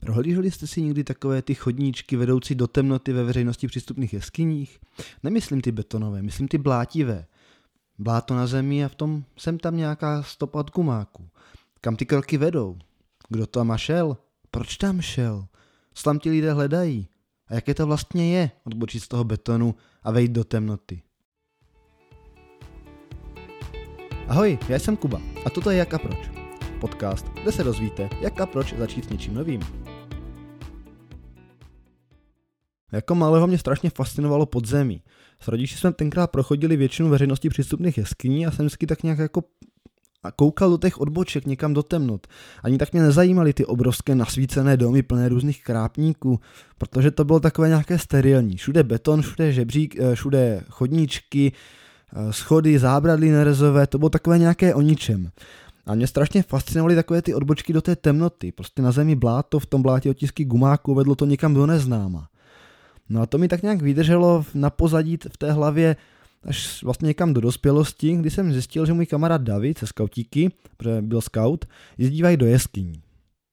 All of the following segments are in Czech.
Prohlíželi jste si někdy takové ty chodníčky vedoucí do temnoty ve veřejnosti přístupných jeskyních? Nemyslím ty betonové, myslím ty blátivé. Bláto na zemi a v tom sem tam nějaká stopa od gumáku. Kam ty kroky vedou? Kdo tam šel? Proč tam šel? Co tam ti lidé hledají? A jaké to vlastně je odbočit z toho betonu a vejít do temnoty? Ahoj, já jsem Kuba a toto je Jak a proč. Podcast, kde se dozvíte, jak a proč začít s něčím novým. Jako malého mě strašně fascinovalo podzemí. S rodiči jsme tenkrát prochodili většinu veřejnosti přístupných jeskyní a jsem vždycky tak nějak jako koukal do těch odboček někam do temnot. Ani tak mě nezajímaly ty obrovské nasvícené domy plné různých krápníků, protože to bylo takové nějaké sterilní. Všude beton, všude žebřík, všude chodníčky, schody, zábradlí nerezové, to bylo takové nějaké o ničem. A mě strašně fascinovaly takové ty odbočky do té temnoty. Prostě na zemi bláto, v tom blátě otisky gumáků, vedlo to někam do neznáma. No a to mi tak nějak vydrželo na pozadí v té hlavě až vlastně někam do dospělosti, kdy jsem zjistil, že můj kamarád David ze skautíky, protože byl scout, jezdívají do jeskyní.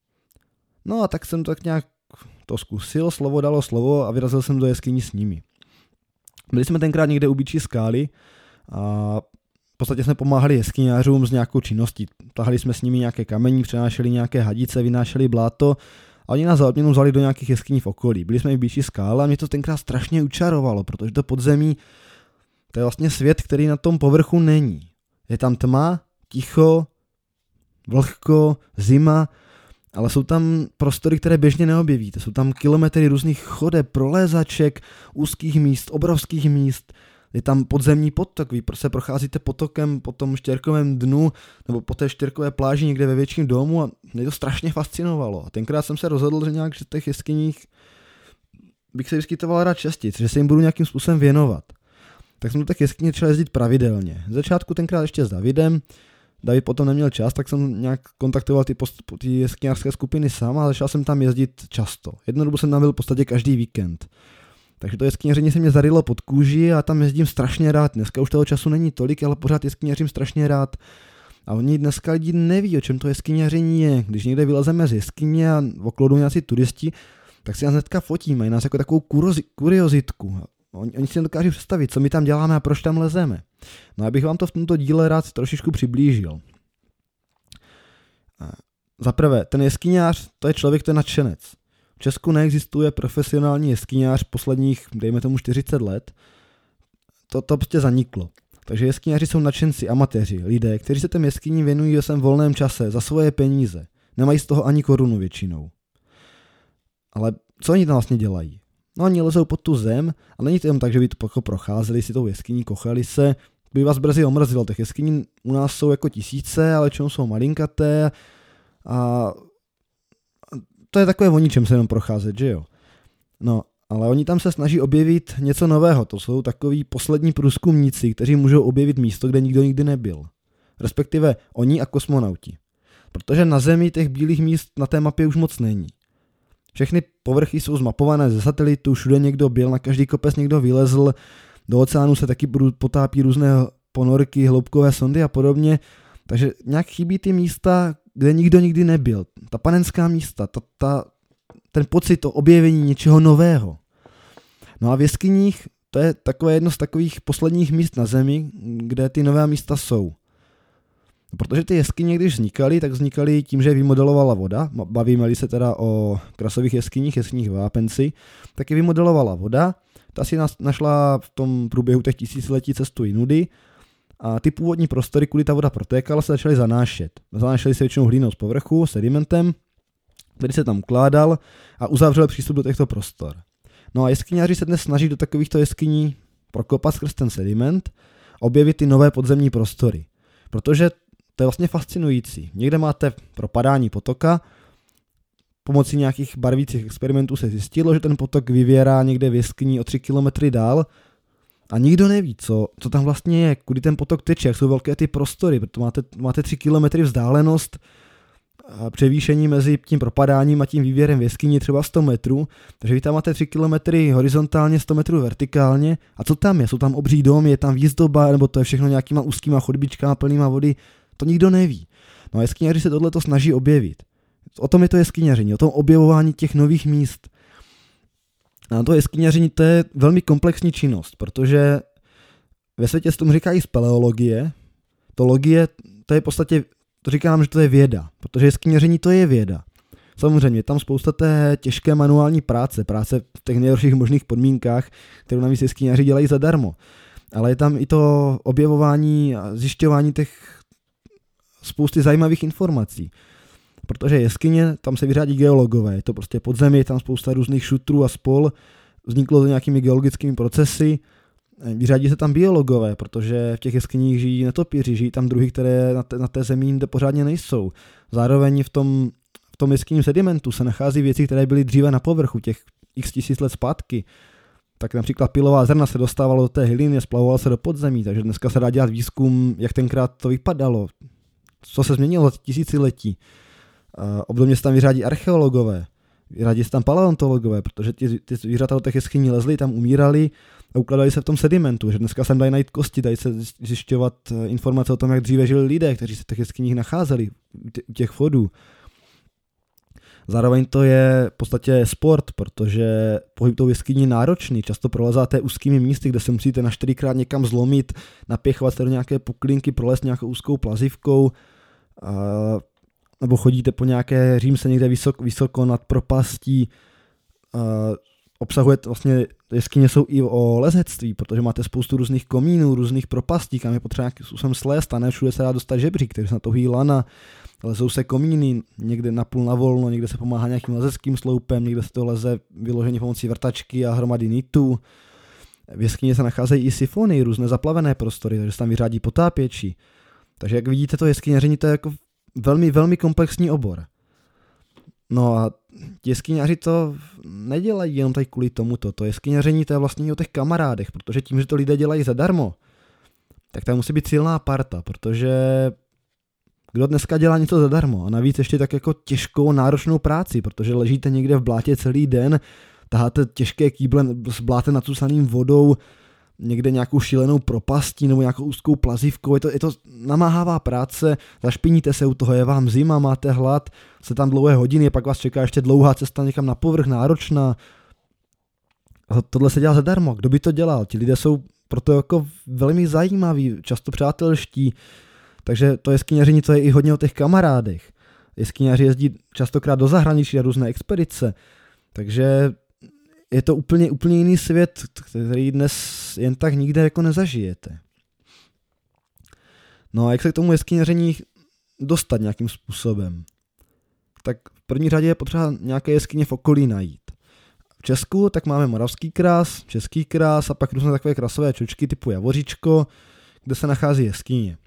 No a tak jsem tak nějak to zkusil, slovo dalo slovo a vyrazil jsem do jeskyní s nimi. Byli jsme tenkrát někde u Bičí skály a v podstatě jsme pomáhali jeskyňářům s nějakou činností. Tahali jsme s nimi nějaké kamení, přenášeli nějaké hadice, vynášeli bláto a oni nás za odměnu vzali do nějakých jeskyní v okolí. Byli jsme i v Bičí skále a mě to tenkrát strašně učarovalo, protože to podzemí, to je vlastně svět, který na tom povrchu není. Je tam tma, ticho, vlhko, zima, ale jsou tam prostory, které běžně neobjevíte. Jsou tam kilometry různých chodeb, prolézaček, úzkých míst, obrovských míst. Je tam podzemní potok, vy se procházíte potokem po tom štěrkovém dnu nebo po té štěrkové pláži někde ve větším domu a mě to strašně fascinovalo. A tenkrát jsem se rozhodl, že nějak v těch jeskyních bych se vyskytoval rád častěji, že se jim budu nějakým způsobem věnovat. Tak jsem do těch jeskyní začal jezdit pravidelně. Z začátku tenkrát ještě s Davidem. David potom neměl čas, tak jsem nějak kontaktoval ty jeskyňářské skupiny sám a začal jsem tam jezdit často. Jednu dobu jsem tam byl v podstatě každý víkend. Takže to jeskyněření se mě zarilo pod kůži a tam jezdím strašně rád. Dneska už toho času není tolik, ale pořád jeskyněřím strašně rád. A oni dneska lidi neví, o čem to jeskyněření je. Když někde vylezeme z jeskyně a okolo nějací turisti, tak si nás hnedka fotí, mají nás jako takovou kuriozitku. Oni si nedokáží představit, co my tam děláme a proč tam lezeme. No a bych vám to v tomto díle rád trošičku přiblížil. Za prvé, ten jeskyňář, to je člověk, to je nadšenec. V Česku neexistuje profesionální jeskyňář posledních, dejme tomu 40 let. To prostě zaniklo. Takže jeskyňáři jsou nadšenci, amatéři, lidé, kteří se těm jeskyním věnují ve svém volném čase, za svoje peníze. Nemají z toho ani korunu většinou. Ale co oni tam vlastně dělají? No oni lezou pod tu zem a není to jen tak, že by to procházeli si tou jeskyní, kochali se, by vás brzy omrzilo. Těch jeskyní u nás jsou jako tisíce, ale čemu jsou malinkaté a to je takové o ničem se jenom procházet, že jo. No, ale oni tam se snaží objevit něco nového, to jsou takový poslední průzkumníci, kteří můžou objevit místo, kde nikdo nikdy nebyl. Respektive oni a kosmonauti. Protože na Zemi těch bílých míst na té mapě už moc není. Všechny povrchy jsou zmapované ze satelitu, všude někdo byl, na každý kopec někdo vylezl, do oceánu se taky potápí různé ponorky, hloubkové sondy a podobně, takže nějak chybí ty místa, kde nikdo nikdy nebyl. Ta panenská místa, ten pocit o objevení něčeho nového. No a v jeskyních to je takové jedno z takových posledních míst na Zemi, kde ty nové místa jsou. Protože ty jeskyně, když vznikaly, tak vznikaly tím, že vymodelovala voda. Bavíme-li se teda o krasových jeskyních v Vápenci, tak je vymodelovala voda. Ta si našla v tom průběhu těch tisíciletí cestu jinudy a ty původní prostory, kudy ta voda protékala, se začaly zanášet. Zanášely se většinou hlínou z povrchu, sedimentem, který se tam ukládal a uzavřel přístup do těchto prostor. No a jeskyňáři se dnes snaží do takovýchto jeskyní prokopat skrz ten sediment, objevit ty nové podzemní prostory. Protože to je vlastně fascinující. Někde máte propadání potoka, pomocí nějakých barvících experimentů se zjistilo, že ten potok vyvěrá někde v jeskyni o 3 kilometry dál a nikdo neví, co tam vlastně je, kudy ten potok teče, jak jsou velké ty prostory, protože máte 3 kilometry vzdálenost a převýšení mezi tím propadáním a tím vývěrem v jeskyni třeba 100 metrů, takže vy tam máte 3 kilometry horizontálně, 100 metrů vertikálně a co tam je? Jsou tam obří domy, je tam výzdoba, nebo to je všechno nějakýma úzkýma chodbičkama plnýma vody, to nikdo neví. No a jeskyňáři se tohleto snaží objevit. O tom je to jeskyňaření, o tom objevování těch nových míst. A to jeskyňaření to je velmi komplexní činnost, protože ve světě se tomu říká i speleologie. To logie, to je v podstatě, to říká nám, že to je věda, protože jeskyňaření to je věda. Samozřejmě, je tam spousta té těžké manuální práce v těch nejhorších možných podmínkách, kterou navíc jeskyňaři dělají zadarmo. Ale je tam i to objevování a zjišťování těch spousty zajímavých informací. Protože jeskyně, tam se vyřádí geologové, je to prostě podzemí, je tam spousta různých šutrů a spol, vzniklo to nějakými geologickými procesy, vyřádí se tam biologové, protože v těch jeskyních žijí netopíři, žijí tam druhy, které na té zemi jinde pořádně nejsou. Zároveň v tom jeskyním sedimentu se nachází věci, které byly dříve na povrchu, těch x tisíc let zpátky. Tak například pilová zrna se dostávalo do té hliny, splavovalo se do podzemí, takže dneska se dá dělat výzkum, jak tenkrát to vypadalo, co se změnilo za tisíciletí. Obdobně se tam vyřádí archeologové, vyřádí se tam paleontologové, protože ty zvířata do těch jeskyní lezly, tam umírali a ukladali se v tom sedimentu, že dneska se dají najít kosti, dají se zjišťovat informace o tom, jak dříve žili lidé, kteří se v těch jeskyních nacházeli, u těch vodů. Zároveň to je v podstatě sport, protože pohyb tou jeskyní je náročný, často prolezáte úzkými místy, kde se musíte na 4krát někam zlomit, napěchovat se do nějaké puklinky, prolézt nějakou úzkou plazivkou, nebo chodíte po nějaké římse někde vysoko nad propastí. Obsahuje vlastně, jeskyně jsou i o lezectví, protože máte spoustu různých komínů, různých propastí, kam je potřeba nějakým způsobem slézt a ne všude se dá dostat žebřík, takže se na to hýjí lana, lezou se komíny, někde napůl na volno, někde se pomáhá nějakým lezeckým sloupem, někde se to leze vyloženě pomocí vrtačky a hromady nitů. V jeskyni se nacházejí i sifony, různé zaplavené prostory, takže se tam vyřádí potápěči. Takže jak vidíte, to jeskyňaření to je jako velmi, velmi komplexní obor. No a jeskyňaři to nedělají jenom tady kvůli tomuto. To jeskyňaření to je vlastně o těch kamarádech, protože tím, že to lidé dělají zadarmo, tak tam musí být silná parta, protože kdo dneska dělá něco zadarmo a navíc ještě tak jako těžkou, náročnou práci, protože ležíte někde v blátě celý den, taháte těžké kýble s blátem nacusaným vodou, někde nějakou šílenou propastí nebo nějakou úzkou plazívkou, je to namáhavá práce, zašpiníte se u toho, je vám zima, máte hlad, jste tam dlouhé hodiny, pak vás čeká ještě dlouhá cesta někam na povrch, náročná. A tohle se dělá zadarmo, kdo by to dělal? Ti lidé jsou proto jako velmi zajímaví, často přátelští, takže to jeskyňaření to je i hodně o těch kamarádech. Jeskyňaři jezdí častokrát do zahraničí na různé expedice, takže je to úplně jiný svět, který dnes jen tak nikde jako nezažijete. No a jak se k tomu jeskyňaření dostat nějakým způsobem? Tak v první řadě je potřeba nějaké jeskyně v okolí najít. V Česku tak máme Moravský kras, Český kras a pak různé takové krasové čočky typu Javoříčko, kde se nachází jeskyně.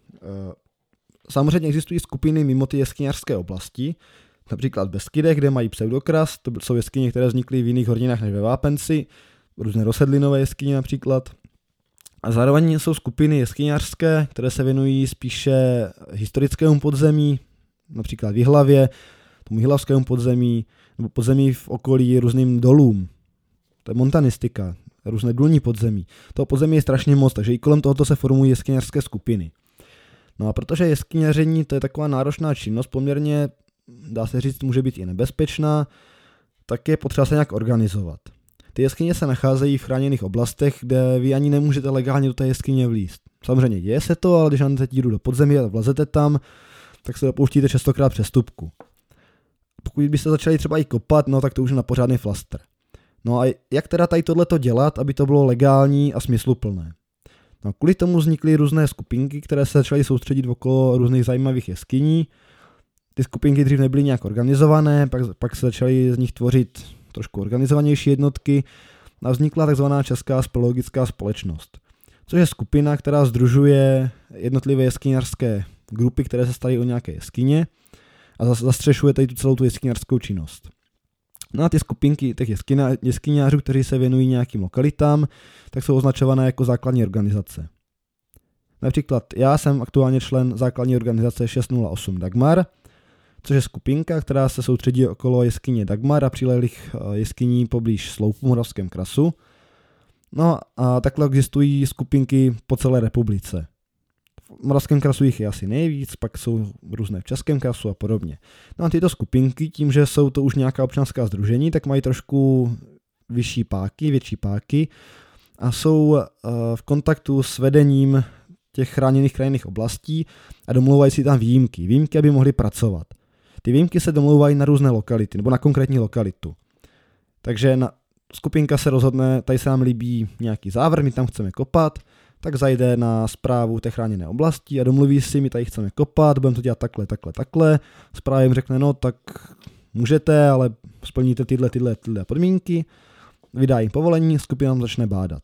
Samozřejmě existují skupiny mimo ty jeskyňařské oblasti, například v Beskydech, kde mají pseudokras, to jsou jeskyně, které vznikly v jiných horninách než ve Vápenci, různé rozsedlinové jeskyně například. A zároveň jsou skupiny jeskyňařské, které se věnují spíše historickému podzemí, například v Jihlavě, tomu jihlavskému podzemí, nebo podzemí v okolí různým dolům. To je montanistika, různé důlní podzemí. Toho podzemí je strašně moc, takže i kolem tohoto se formují jeskyňařské skupiny. No a protože jeskyňaření to je taková náročná činnost, poměrně, dá se říct, může být i nebezpečná, tak je potřeba se nějak organizovat. Ty jeskyně se nacházejí v chráněných oblastech, kde vy ani nemůžete legálně do té jeskyně vlízt. Samozřejmě děje se to, ale když máte díru do podzemí a vlezete tam, tak se dopouštíte častokrát přestupku. Pokud byste začali třeba i kopat, no tak to už je na pořádný flastr. No a jak teda tady tohleto dělat, aby to bylo legální a smysluplné? No, kvůli tomu vznikly různé skupinky, které se začaly soustředit okolo různých zajímavých jeskyní. Ty skupinky dřív nebyly nějak organizované, pak se začaly z nich tvořit trošku organizovanější jednotky a vznikla takzvaná Česká speleologická společnost, což je skupina, která sdružuje jednotlivé jeskyňařské grupy, které se starají o nějaké jeskyně a zastřešuje tady tu celou tu jeskyňařskou činnost. No a ty skupinky těch jeskyňářů, kteří se věnují nějakým lokalitám, tak jsou označované jako základní organizace. Například já jsem aktuálně člen základní organizace 608 Dagmar, což je skupinka, která se soustředí okolo jeskyně Dagmar a přilehlých jeskyní poblíž Sloupu v Moravském krasu. No a takhle existují skupinky po celé republice. v moravském krasu jich je asi nejvíc, pak jsou různé v českém krasu a podobně. No a tyto skupinky, tím, že jsou to už nějaká občanská sdružení, tak mají trošku větší páky a jsou v kontaktu s vedením těch chráněných krajinných oblastí a domlouvají si tam výjimky, aby mohli pracovat. Ty výjimky se domlouvají na různé lokality, nebo na konkrétní lokalitu. Takže skupinka se rozhodne, tady se nám líbí nějaký závrh, my tam chceme kopat, tak zajde na správu té chráněné oblasti a domluví si, my tady chceme kopat, budeme to dělat takhle. Správa jim řekne, no tak můžete, ale splníte tyhle podmínky, vydá jim povolení, skupina tam začne bádat.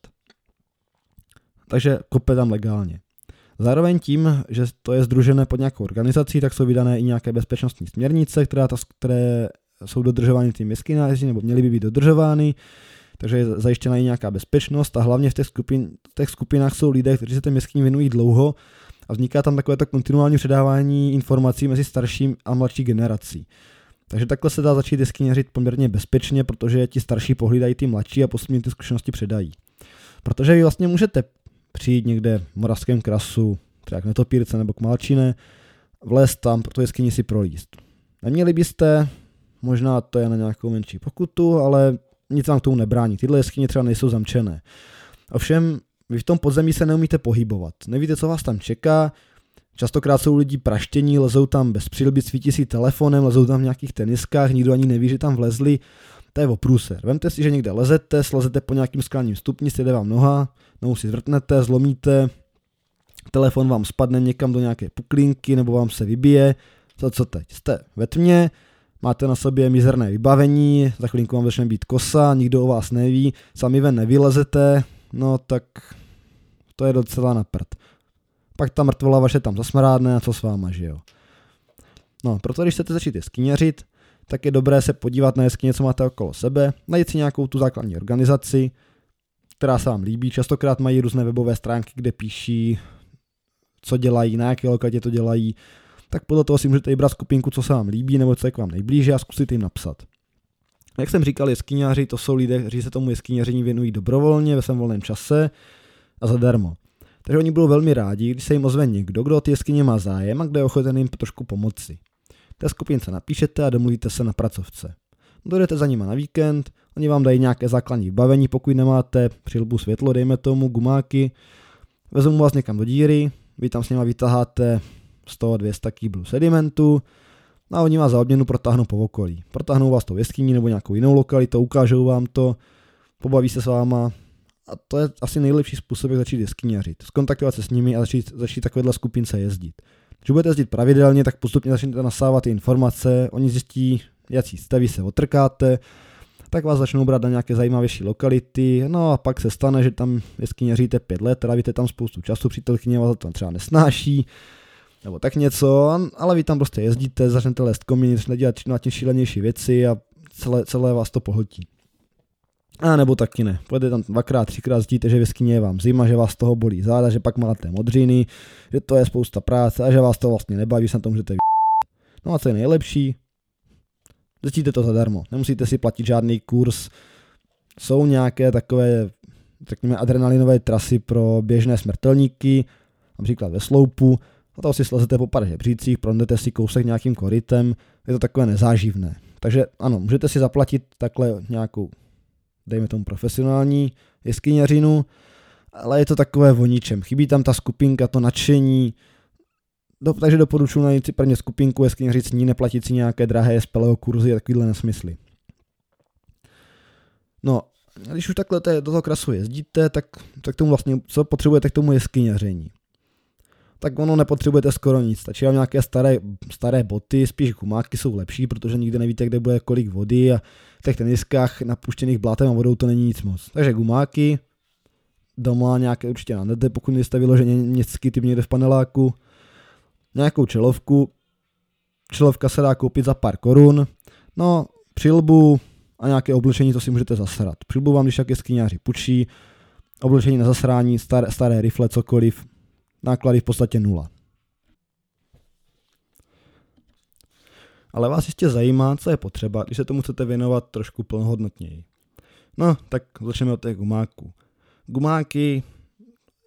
Takže kope tam legálně. Zároveň tím, že to je sdružené pod nějakou organizací, tak jsou vydané i nějaké bezpečnostní směrnice, které jsou dodržovány tím jeskynáři, nebo měly by být dodržovány, takže je zajištěna i nějaká bezpečnost a hlavně v těch skupinách jsou lidé, kteří se té jeskyni věnují dlouho a vzniká tam takovéto kontinuální předávání informací mezi starší a mladší generací. Takže takhle se dá začít jeskyněřit poměrně bezpečně, protože ti starší pohlídají ty mladší a postupně ty zkušenosti předají. Protože vy vlastně můžete přijít někde v moravském krasu, třeba k Netopírce nebo k Malčine, vlézt tam pro tu jeskyni si prolíst. Neměli byste, možná to je na nějakou menší pokutu, ale nic vám k tomu nebrání. Tyhle jeskyně třeba nejsou zamčené. Ovšem, vy v tom podzemí se neumíte pohybovat. Nevíte, co vás tam čeká. Častokrát jsou lidi praštění, lezou tam bez přilby, svítí si telefonem, lezou tam v nějakých teniskách, nikdo ani neví, že tam vlezli. To je oprůser. Vemte si, že někde slezete po nějakým skalním stupni, sjede vám noha, nohu si zvrtnete, zlomíte, telefon vám spadne někam do nějaké puklinky nebo vám se vybije. Co teď? Jste ve tmě, máte na sobě mizerné vybavení, za chvilinku vám začne být kosa, nikdo o vás neví, sami ven nevylezete, no tak to je docela na prd. Pak ta mrtvola vaše tam zasmrádne a co s váma, že jo. No, proto když chcete začít jeskyněřit, tak je dobré se podívat na jeskyně, co máte okolo sebe, najít si nějakou tu základní organizaci, která se vám líbí. Častokrát mají různé webové stránky, kde píší, co dělají, na jaké lokalitě to dělají. Tak podle toho si můžete vybrat skupinku, co se vám líbí, nebo co je k vám nejblíže a zkusit jim napsat. Jak jsem říkal, jeskyňáři to jsou lidé, kteří se tomu jeskyněření věnují dobrovolně ve svém volném čase a zadarmo. Takže oni budou velmi rádi, když se jim ozve někdo, kdo o ty jeskyně má zájem a kdo je ochoten jim trošku pomoci. Té skupince napíšete a domluvíte se na pracovce. Dojdete za nima na víkend, oni vám dají nějaké základní vybavení, pokud nemáte přilbu, světlo, dejme tomu, gumáky, vezmu vás někam do díry, vy tam s nima vytaháte 100-200 kýblů sedimentu a oni vás za odměnu protáhnou po okolí. Protáhnou vás tou jeskyní nebo nějakou jinou lokalitou, ukážou vám to, pobaví se s váma a to je asi nejlepší způsob, jak začít jeskyněřit. Skontaktovat se s nimi a začít takovéhle skupince jezdit. Když budete jezdit pravidelně, tak postupně začnete nasávat ty informace, oni zjistí, jací jste, vy se otrkáte, tak vás začnou brát na nějaké zajímavější lokality, no a pak se stane, že tam jeskyněříte 5 let, trávíte tam spoustu času, přítelkyně vás tam třeba nesnáší, nebo tak něco, ale vy tam prostě jezdíte, začnete lézt komíny, začnete dělat na tím šílenější věci a celé vás to pohltí. A nebo taky ne. Pojďte tam 2x, 3x, zjistíte, že v jeskyni je vám zima, že vás toho bolí záda, že pak máte modřiny, že to je spousta práce a že vás to vlastně nebaví, se na to můžete No a co je nejlepší? Zjistíte to zadarmo. Nemusíte si platit žádný kurz. Jsou nějaké takové, řekněme, adrenalinové trasy pro běžné smrtelníky, například ve sloupu, a toho si slezete po pár žebřících, projdete si kousek nějakým korytem, je to takové nezáživné. Takže ano, můžete si zaplatit takhle nějakou, dejme tomu profesionální jeskyněřinu, ale je to takové o ničem. Chybí tam ta skupinka, to nadšení, takže doporučuji najít si prvně skupinku, jeskyněřit s ní, neplatit si nějaké drahé speleho kurzy a takovýhle nesmysly. No, když už takhle do toho krasu jezdíte, tak tomu vlastně, co potřebujete k tomu jeskyněření? Tak ono nepotřebujete skoro nic, stačí vám nějaké staré boty, spíš gumáky jsou lepší, protože nikdy nevíte, kde bude kolik vody a v těch teniskách napuštěných blátem a vodou to není nic moc. Takže gumáky, doma nějaké určitě najdete, pokud nejste vyloženě městský typ někde v paneláku, nějakou čelovku, čelovka se dá koupit za pár korun, no přilbu a nějaké oblečení, to si můžete zasrat. Přilbu vám, když tak jeskyňáři půjčí, oblečení na zasrání, staré rifle, cokoliv, náklady v podstatě 0. Ale vás jistě zajímá, co je potřeba, když se tomu chcete věnovat trošku plnohodnotněji. No, tak začneme od těch gumáků. Gumáky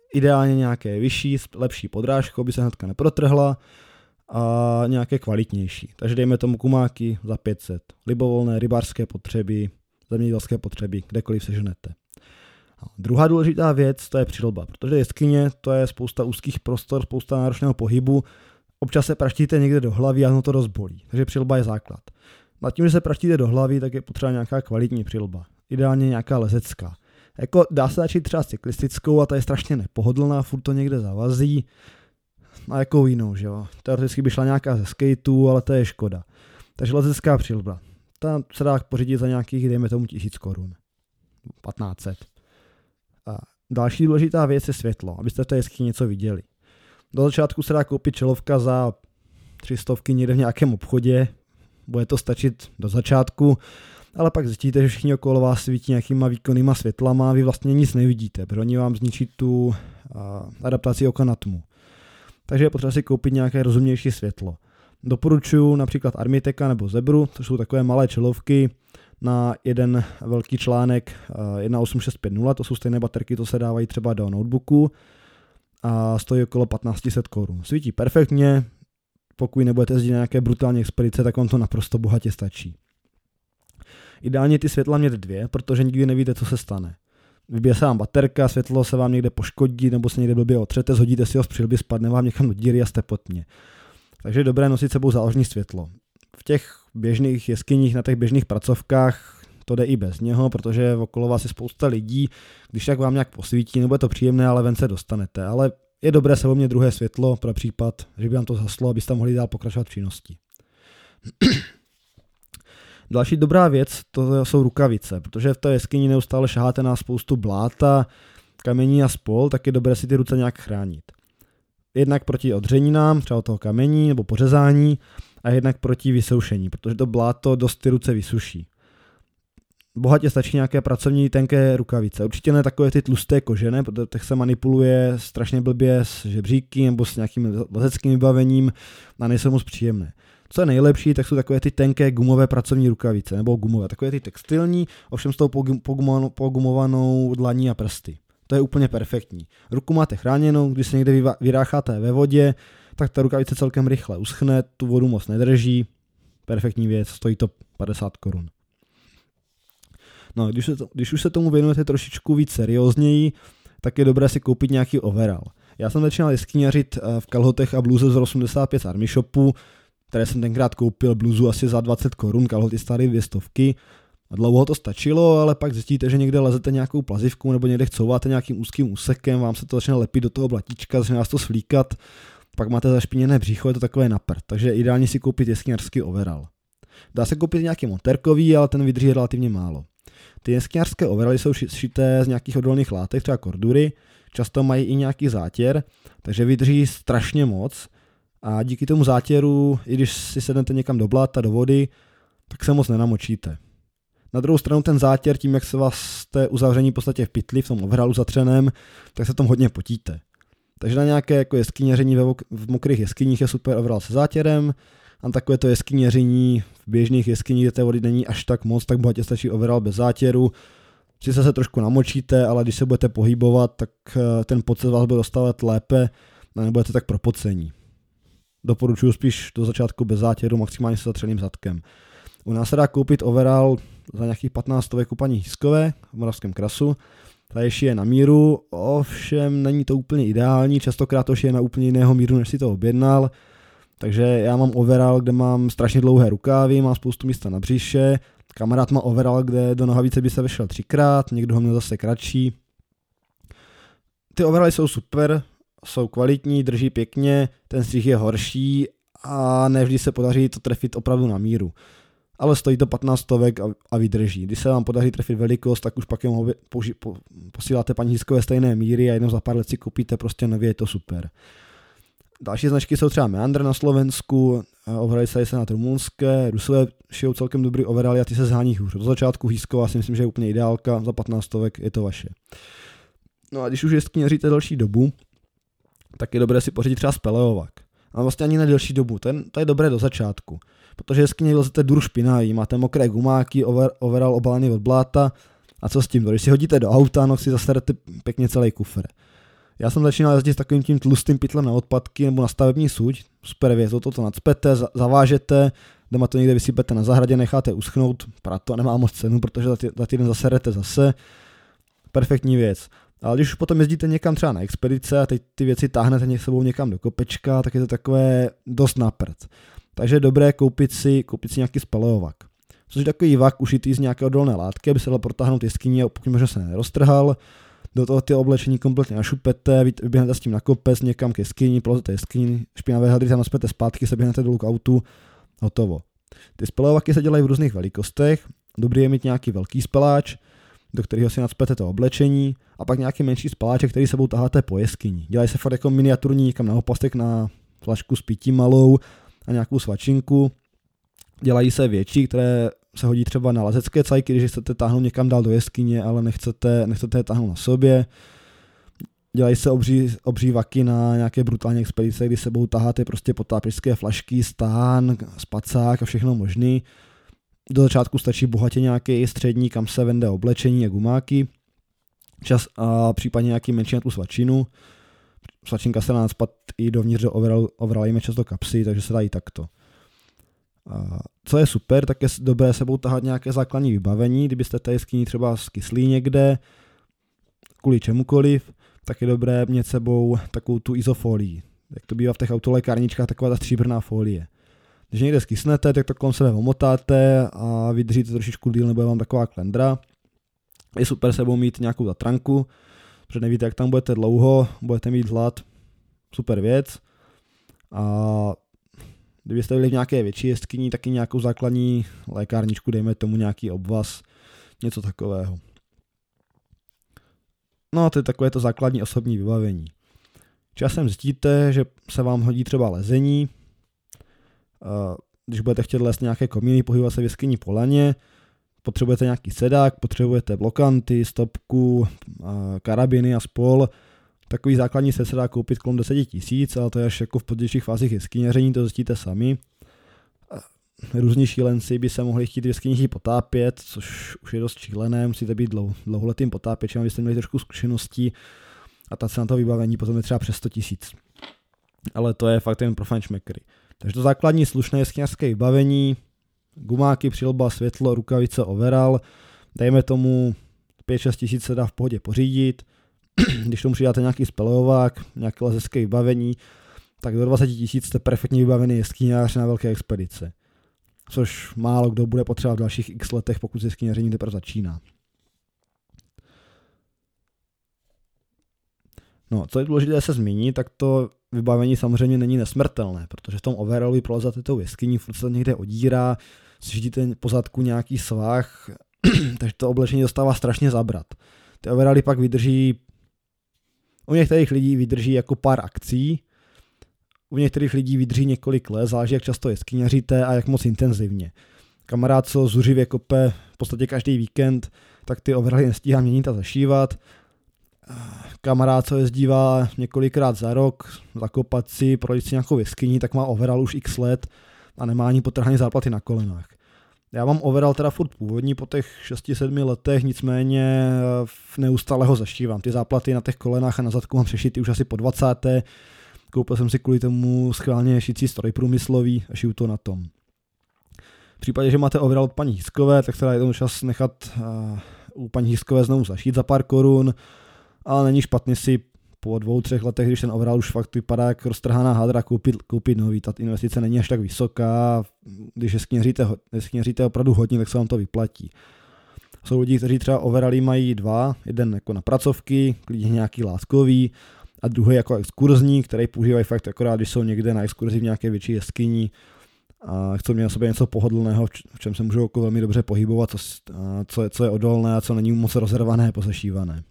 Ideálně nějaké vyšší, lepší podrážko, aby se hnedka neprotrhla a nějaké kvalitnější. Takže dejme tomu kumáky za 500. Libovolné rybářské potřeby, zemědělské potřeby, kdekoliv seženete. A druhá důležitá věc, to je přilba, protože jeskyně to je spousta úzkých prostor, spousta náročného pohybu, občas se praštíte někde do hlavy a ono to rozbolí, takže přilba je základ. A tím, že se praštíte do hlavy, tak je potřeba nějaká kvalitní přilba, ideálně nějaká lezecká. Jako dá se začít třeba cyklistickou a ta je strašně nepohodlná, furt to někde zavazí. A jakou jinou, že jo. Teoreticky by šla nějaká ze skateu, ale to je škoda. Takže lezecká přilba. Ta se dá pořídit za nějakých, dejme tomu, 1000 korun. 1500. A další důležitá věc je světlo, abyste v té jeskyni něco viděli. Do začátku se dá koupit čelovka za 300 někde v nějakém obchodě. Bude to stačit do začátku. Ale pak zjistíte, že všichni okolo vás svítí nějakýma výkonnýma světlama a vy vlastně nic nevidíte, protože oni vám zničí tu adaptaci oka na tmu. Takže je potřeba si koupit nějaké rozumnější světlo. Doporučuji například Armiteka nebo Zebru, to jsou takové malé čelovky na jeden velký článek 18650, to jsou stejné baterky, to se dávají třeba do notebooku a stojí okolo 1500 korun. Svítí perfektně, pokud nebudete jezdit na nějaké brutální expedice, tak vám to naprosto bohatě stačí. Ideálně ty světla mět 2, protože nikdy nevíte, co se stane. Vybije se vám baterka, světlo se vám někde poškodí, nebo se někde blbě otřete, zhodíte si ho z přilby, spadne vám někam do díry a jste potně. Takže je dobré nosit sebou záložní světlo. V těch běžných jeskyních, na těch běžných pracovkách to jde i bez něho, protože okolo vás je spousta lidí, když tak vám nějak posvítí, nebo je to příjemné, ale ven se dostanete. Ale je dobré sebou mít druhé světlo pro případ, že by vám to zaslo, abyste mohli dál pokračovat v činnosti. Další dobrá věc, to jsou rukavice, protože v té jeskyni neustále šaháte na spoustu bláta, kamení a spol, tak je dobré si ty ruce nějak chránit. Jednak proti odřeninám, třeba od toho kamení nebo pořezání, a jednak proti vysoušení, protože to bláto dost ty ruce vysuší. Bohatě stačí nějaké pracovní tenké rukavice. Určitě ne takové ty tlusté kožené, protože těch se manipuluje strašně blbě s žebříky nebo s nějakým lezeckým vybavením a nejsou moc příjemné. Co je nejlepší, tak jsou takové ty tenké gumové pracovní rukavice, nebo gumové, takové ty textilní, ovšem s tou pogumovanou dlaní a prsty. To je úplně perfektní. Ruku máte chráněnou, když se někde vyrácháte ve vodě, tak ta rukavice celkem rychle uschne, tu vodu moc nedrží. Perfektní věc, stojí to 50 korun. No, když už se tomu věnujete trošičku víc seriózněji, tak je dobré si koupit nějaký overall. Já jsem začínal jeskyňařit v kalhotech a bluze z 85 z Army Shopu, které jsem tenkrát koupil bluzu asi za 20 korun, kalhoty stály 200. A dlouho to stačilo, ale pak zjistíte, že někde lezete nějakou plazivkou nebo někde chcouváte nějakým úzkým úsekem, vám se to začne lepit do toho blatíčka, začne vás to svlíkat, pak máte zašpiněné břicho, je to takové na prd. Takže ideálně si koupit jeskyňařský overall. Dá se koupit nějaký monterkový, ale ten vydrží relativně málo. Ty jeskyňařské overally jsou šité z nějakých odolných látek, třeba kordury, často mají i nějaký zátěr, takže vydrží strašně moc. A díky tomu zátěru, i když si sednete někam do bláta, do vody, tak se moc nenamočíte. Na druhou stranu ten zátěr, tím jak se vás jste uzavření v podstatě v pytli, v tom overallu zatřeném, tak se tom hodně potíte. Takže na nějaké jako jeskyněření v mokrých jeskyních je super overall se zátěrem, a takové to jeskyněření v běžných jeskyních, kde té vody není až tak moc, tak bohatě stačí overall bez zátěru. Sice se trošku namočíte, ale když se budete pohybovat, tak ten pot se vás bude dostávat lépe a nebudete tak propocení. Doporučuji spíš do začátku bez zátěru, maximálně se zatřeným zadkem. U nás se dá koupit overall za nějakých 15 u paní Hiskové v Moravském Krasu. Ta ještě je na míru, ovšem není to úplně ideální, častokrát to je na úplně jiného míru, než si to objednal. Takže já mám overall, kde mám strašně dlouhé rukávy, mám spoustu místa na břiše. Kamarád má overall, kde do nohavice by se vešel 3krát, někdo ho měl zase kratší. Ty overally jsou super, jsou kvalitní, drží pěkně, ten střih je horší a nevždy se podaří to trefit opravdu na míru. Ale stojí to 15 a vydrží. Když se vám podaří trefit velikost, tak už pak posíláte paní Hiskové stejné míry a jenom za pár let si koupíte prostě nově, je to super. Další značky jsou třeba Meander na Slovensku, overally se na rumunské, Rusové šijou celkem dobrý overally a ty se zhání hůř. Do začátku Hisková si myslím, že je úplně ideálka, za 15 je to vaše. No a když už jeskyněříte další dobu, tak je dobré si pořídit třeba speleovak. A vlastně ani na delší dobu, to je dobré do začátku. Protože jeskyně vylezete dur špinavý, máte mokré gumáky, overall obalený od bláta a co s tím? Když si hodíte do auta, no si zaserete pěkně celý kufr. Já jsem začínal jezdit s takovým tím tlustým pytlem na odpadky nebo na stavební suť. Super věc, to nacpete, zavážete, doma to někde vysypete na zahradě, necháte uschnout, to nemá moc cenu, protože za týden zaserete zase. Perfektní věc. Ale když už potom jezdíte někam třeba na expedice a teď ty věci táhnete sebou někam do kopečka, tak je to takové dost na prd. Takže je dobré koupit si nějaký spalovač. Což je takový vak ušitý z nějaké odolné látky, aby se dal protáhnout jeskyni a pokud možná se neroztrhal. Do toho ty oblečení kompletně našupete, vyběhnete s tím na kopec někam ke jeskyni, polezete jeskyni, špinavé hadry tam naspete zpátky, se běhnete dolů k autu, hotovo. Ty spalovaky se dělají v různých velikostech, dobrý je mít nějaký velký spaláč, do kterého si nacpete to oblečení a pak nějaký menší spaláček, který sebou taháte po jeskyni. Dělají se fakt jako miniaturní někam na opastek na flašku s pití malou a nějakou svačinku. Dělají se větší, které se hodí třeba na lezecké cajky, když chcete táhnout někam dál do jeskyně, ale nechcete je táhnout na sobě. Dělají se obří vaky na nějaké brutální expedice, kdy sebou taháte prostě potápěčské flašky, stán, spacák a všechno možný. Do začátku stačí bohatě nějaký střední, kam se vende oblečení a gumáky. Čas a případně nějaký menší na tu svačinu. Svačinka se dá nacpat i dovnitř do overalujeme často kapsy, takže se dá i takto. Co je super, tak je dobré sebou tahat nějaké základní vybavení, kdybyste té jeskyni třeba skyslí někde, kvůli čemukoliv, tak je dobré mít sebou takovou tu izofolii. Jak to bývá v těch autolékárničkách, taková ta stříbrná folie. Když někde skysnete, tak to kolem sebe omotáte a vydržíte trošičku díl, nebo je vám taková klendra. Je super sebou mít nějakou zatranku, protože nevíte, jak tam budete dlouho, budete mít hlad, super věc. A kdybyste byli v nějaké větší jeskyni, taky nějakou základní lékárničku, dejme tomu nějaký obvaz, něco takového. No a to je takové to základní osobní vybavení. Časem zjistíte, že se vám hodí třeba lezení, když budete chtět lézt nějaké komíny, pohybovat se v jeskyni po laně, potřebujete nějaký sedák, potřebujete blokanty, stopku, karabiny a spol. Takový základní set se dá koupit kolem 10 000, ale to je až jako v pozdějších fázích jeskyněření, to zjistíte sami. Různí šílenci by se mohli chtít v jeskyních potápět, což už je dost šílené, musíte být dlouholetým potápěčem, abyste měli trošku zkušeností a ta cena toho vybavení potom je třeba přes 100 000. Ale to je fakt jen pro fajnšmekry. Takže to základní slušné jeskyňařské vybavení, gumáky, přilba, světlo, rukavice, overall, dejme tomu 5-6 tisíc se dá v pohodě pořídit. Když tomu přidáte nějaký speleovák, nějaké lezecké vybavení, tak do 20 000 jste perfektně vybavený jeskyňář na velké expedice. Což málo kdo bude potřebovat v dalších x letech, pokud jeskyňaření teprve začíná. No, co je důležité se zmínit, tak to vybavení samozřejmě není nesmrtelné, protože v tom overallu prolezate tou jeskyní, furt se někde odírá, sžítíte po zadku nějaký svah, takže to oblečení dostává strašně zabrat. Ty overally pak vydrží, u některých lidí vydrží jako pár akcí, u některých lidí vydrží několik let, záleží jak často jeskyňaříte a jak moc intenzivně. Kamarád, co zuřivě kope v podstatě každý víkend, tak ty overally nestíhá měnit a zašívat. Kamarád, co jezdívá několikrát za rok, zakopat si, projít si nějakou jeskyni, tak má overall už x let a nemá ani potrhaný záplaty na kolenách. Já mám overall teda furt původní po těch 6-7 letech, nicméně neustále ho zašívám. Ty záplaty na těch kolenách a na zadku mám přešity už asi po 20. Koupil jsem si kvůli tomu schválně šicí stroj průmyslový a šiju to na tom. V případě, že máte overall od paní Hiskové, tak teda je tomu čas nechat u paní Hiskové znovu zašít za pár korun, ale není špatný si po 2-3 letech, když ten overall už fakt vypadá jak roztrhaná hadra, koupit nový. Ta investice není až tak vysoká, když jeskyněříte opravdu hodně, tak se vám to vyplatí. Jsou lidi, kteří třeba overally mají dva, jeden jako na pracovky, klidně nějaký láskový, a druhý jako exkurzní, který používají fakt akorát, když jsou někde na exkurzi v nějaké větší jeskyni a chcou mít na sobě něco pohodlného, v čem se můžou jako velmi dobře pohybovat, co je odolné a co není moc rozervané, posešívané.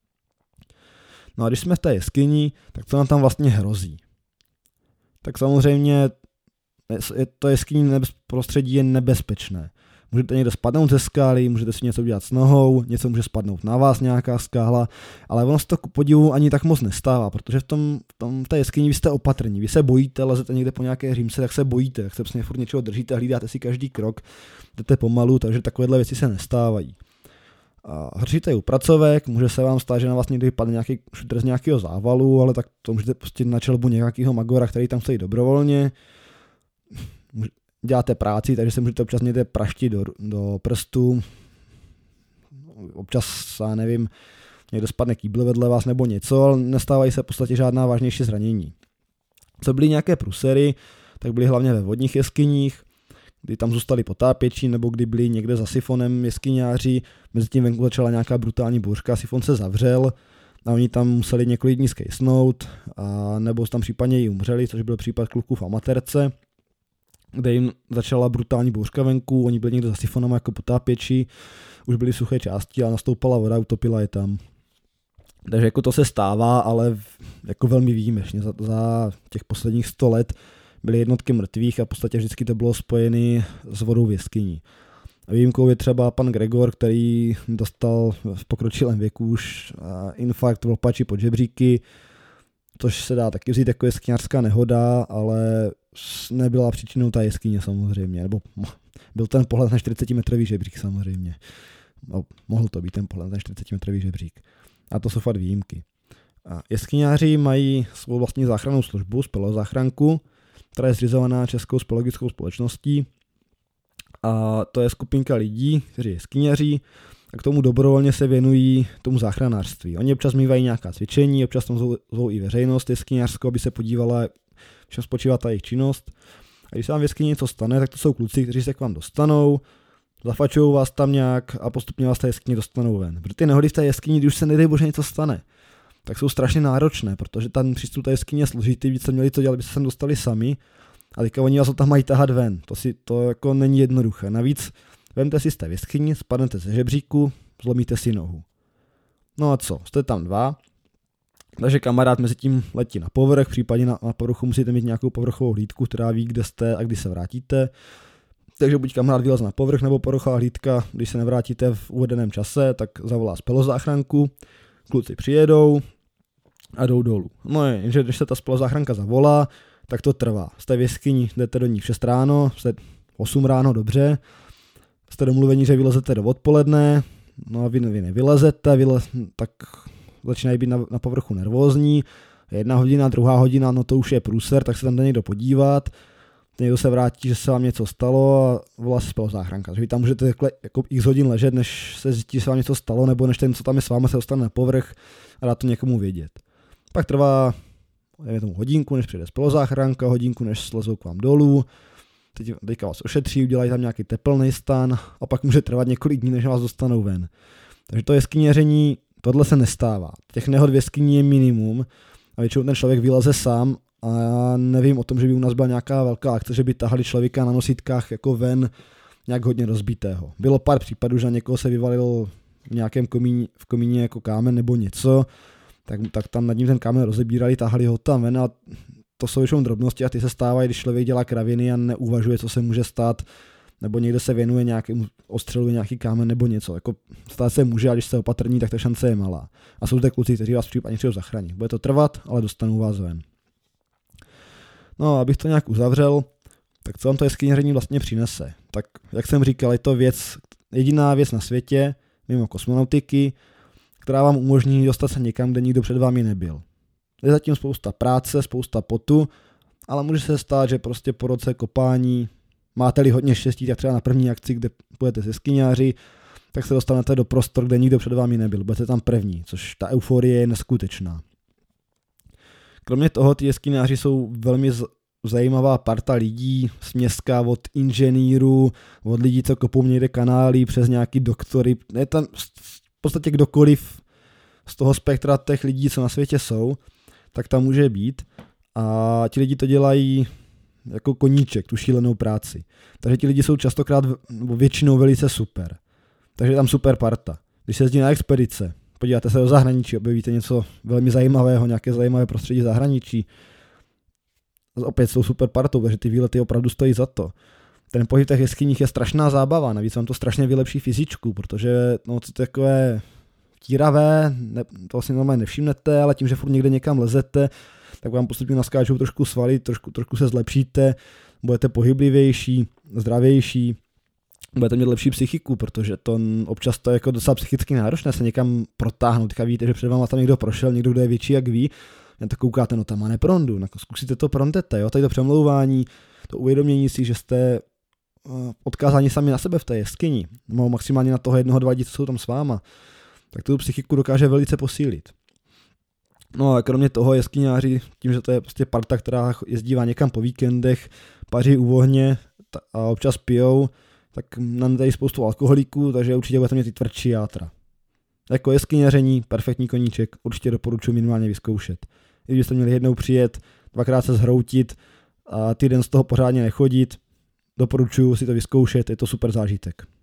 No a když jsme v té jeskyni, tak co nám tam vlastně hrozí? Tak samozřejmě to jeskyní prostředí je nebezpečné. Můžete někde spadnout ze skály, můžete si něco udělat s nohou, něco může spadnout na vás, nějaká skála, ale ono se to ku podivu ani tak moc nestává, protože v té jeskyni vy jste opatrní, vy se bojíte, lezete někde po nějaké římse, tak se bojíte, tak se prostě furt něčeho držíte, hlídáte si každý krok, jdete pomalu, takže takovéhle věci se nestávají. Hrčíte u pracovek, může se vám stát, že na vás někdy vypadne nějaký šutr z nějakého závalu, ale tak to můžete prostě na čelbu nějakého magora, který tam stojí dobrovolně. Děláte práci, takže se můžete občas někde praštit do prstů. Občas, já nevím, někdo spadne kýbl vedle vás nebo něco, ale nestávají se v podstatě žádná vážnější zranění. Co byly nějaké průsery, tak byly hlavně ve vodních jeskyních, kdy tam zůstali potápěči, nebo kdy byli někde za sifonem jeskyňáři, mezi tím venku začala nějaká brutální bouřka, sifon se zavřel a oni tam museli několik dní skejsnout, a nebo tam případně i umřeli, což byl případ kluků v amatérce, kde jim začala brutální bouřka venku, oni byli někde za sifonem jako potápěči, už byly suché části a nastoupala voda, utopila je tam. Takže jako to se stává, ale jako velmi výjimečně. Za těch posledních 100 let byly jednotky mrtvých a v podstatě vždycky to bylo spojené s vodou v jeskyni. A výjimkou je třeba pan Gregor, který dostal v pokročilém věku už infarkt v Lopači pod žebříky, což se dá taky vzít jako jeskyňářská nehoda, ale nebyla příčinou ta jeskyně samozřejmě, nebo byl ten pohled na 40-metrový žebřík samozřejmě. No, mohl to být ten pohled na 40-metrový žebřík. A to jsou fakt výjimky. A jeskyňáři mají svou vlastní záchrannou službu, spelozáchranku, která je zřizovaná Českou speleologickou společností. A to je skupinka lidí, kteří jeskyňaří a k tomu dobrovolně se věnují tomu záchranářství. Oni občas mývají nějaká cvičení, občas tam zvou i veřejnost jeskyňářskou, aby se podívala, v čem spočívá ta jejich činnost. A když se vám v jeskyni něco stane, tak to jsou kluci, kteří se k vám dostanou, zafačují vás tam nějak a postupně vás ta jeskyni dostanou ven. Protože ty nehody v té jeskyni, když už se nedej bože něco stane, tak jsou strašně náročné, protože ten přístup té jeskyně je složitý, víc se měli to dělat, aby se sem dostali sami a teďka oni vás tam mají tahat ven. To jako není jednoduché. Navíc vemte si jste v jeskyni, spadnete ze žebříku, zlomíte si nohu. No a co, jste tam dva, takže kamarád mezi tím letí na povrch, případně na povrchu musíte mít nějakou povrchovou hlídku, která ví, kde jste a kdy se vrátíte. Takže buď kamarád vylez na povrch, nebo povrchová hlídka, když se nevrátíte v uvedeném čase, tak zavolá spelozáchranku, kluci přijedou a jdou dolů. No jenže když se ta spelozáchranka zavolá, tak to trvá. Jste v jeskyni, jdete do ní v 6 ráno, jste 8 ráno, dobře, jste domluveni, že vylezete do odpoledne, no a vy nevylezete, tak začínají být na povrchu nervózní, 1 hodina, 2 hodina, no to už je průser, tak se tam jde někdo podívat, někdo se vrátí, že se vám něco stalo a volá se spelozáchranka. Takže vy tam můžete jako x hodin ležet, než se zjistí, že se vám něco stalo, nebo než ten, co tam je s vámi, se dostane na povrch a dá to někomu vědět. Pak trvá hodinku, než přijde spelozáchranka, hodinku, než slezou k vám dolů, teďka vás ošetří, udělají tam nějaký teplný stan a pak může trvat několik dní, než vás dostanou ven. Takže to jeskyněření, tohle se nestává. Těch nehod v jeskyni je minimum a většinou ten člověk vyleze sám a já nevím o tom, že by u nás byla nějaká velká akce, že by tahali člověka na nosítkách jako ven nějak hodně rozbitého. Bylo pár případů, že na někoho se vyvalil v komíně jako kámen nebo něco, tak tam nad ním ten kámen rozebírali, tahali ho tam ven a to jsou většinou drobnosti a ty se stávají, když člověk dělá kraviny a neuvažuje, co se může stát, nebo někde se věnuje nějakému, ostřeluje nějaký kámen nebo něco. Jako stát se může, a když jste opatrní, tak ta šance je malá. A jsou zde kluci, kteří vás případně přijdou zachránit. Bude to trvat, ale dostanou vás ven. No, abych to nějak uzavřel, tak co vám to jeskyněření vlastně přinese? Tak, jak jsem říkal, je to jediná věc na světě, mimo kosmonautiky, která vám umožní dostat se někam, kde nikdo před vámi nebyl. Je zatím spousta práce, spousta potu, ale může se stát, že prostě po roce kopání, máte-li hodně štěstí, tak třeba na první akci, kde půjdete se jeskyňáři, tak se dostanete do prostor, kde nikdo před vámi nebyl. Budete tam první, což ta euforie je neskutečná. Kromě toho ty jeskyňáři jsou velmi zajímavá parta lidí, směska od inženýrů, od lidí, co kopou někde kanály, přes nějaký doktory. Je tam v podstatě kdokoliv z toho spektra těch lidí, co na světě jsou, tak tam může být. A ti lidi to dělají jako koníček, tu šílenou práci. Takže ti lidi jsou častokrát, nebo většinou velice super. Takže je tam super parta. Když se jezdí na expedice, podíváte se do zahraničí, objevíte něco velmi zajímavého, nějaké zajímavé prostředí zahraničí. Opět s tou super partou, takže ty výlety opravdu stojí za to. Ten pohyb v těch jeskyních je strašná zábava, navíc vám to strašně vylepší fyzičku, protože to takové tíravé, to asi normálně nevšimnete, ale tím, že furt někde někam lezete, tak vám postupně naskáčou trošku svaly, trošku se zlepšíte, budete pohyblivější, zdravější. budete mít lepší psychiku, protože to občas to je jako docela psychicky náročné se někam protáhnout. Teďka víte, že před váma tam někdo prošel, někdo, kdo je větší jak ví, jen tak koukáte, no tam má neprondu, no, zkusíte to prontete, jo, tady to přemlouvání, to uvědomění si, že jste odkázáni sami na sebe v té jeskyni, nebo maximálně na toho jednoho, dva lidi, co jsou tam s váma, tak tu psychiku dokáže velice posílit. No a kromě toho jeskyňáři, tím, že to je prostě parta, která jezdívá někam po víkendech, paří u ohně a občas pijou, tak nám tady spoustu alkoholíků, takže určitě budete mít i tvrdší játra. Jako jeskyňaření, perfektní koníček, určitě doporučuji minimálně vyzkoušet. I když jste měli jednou přijet, dvakrát se zhroutit a týden z toho pořádně nechodit, doporučuji si to vyzkoušet, je to super zážitek.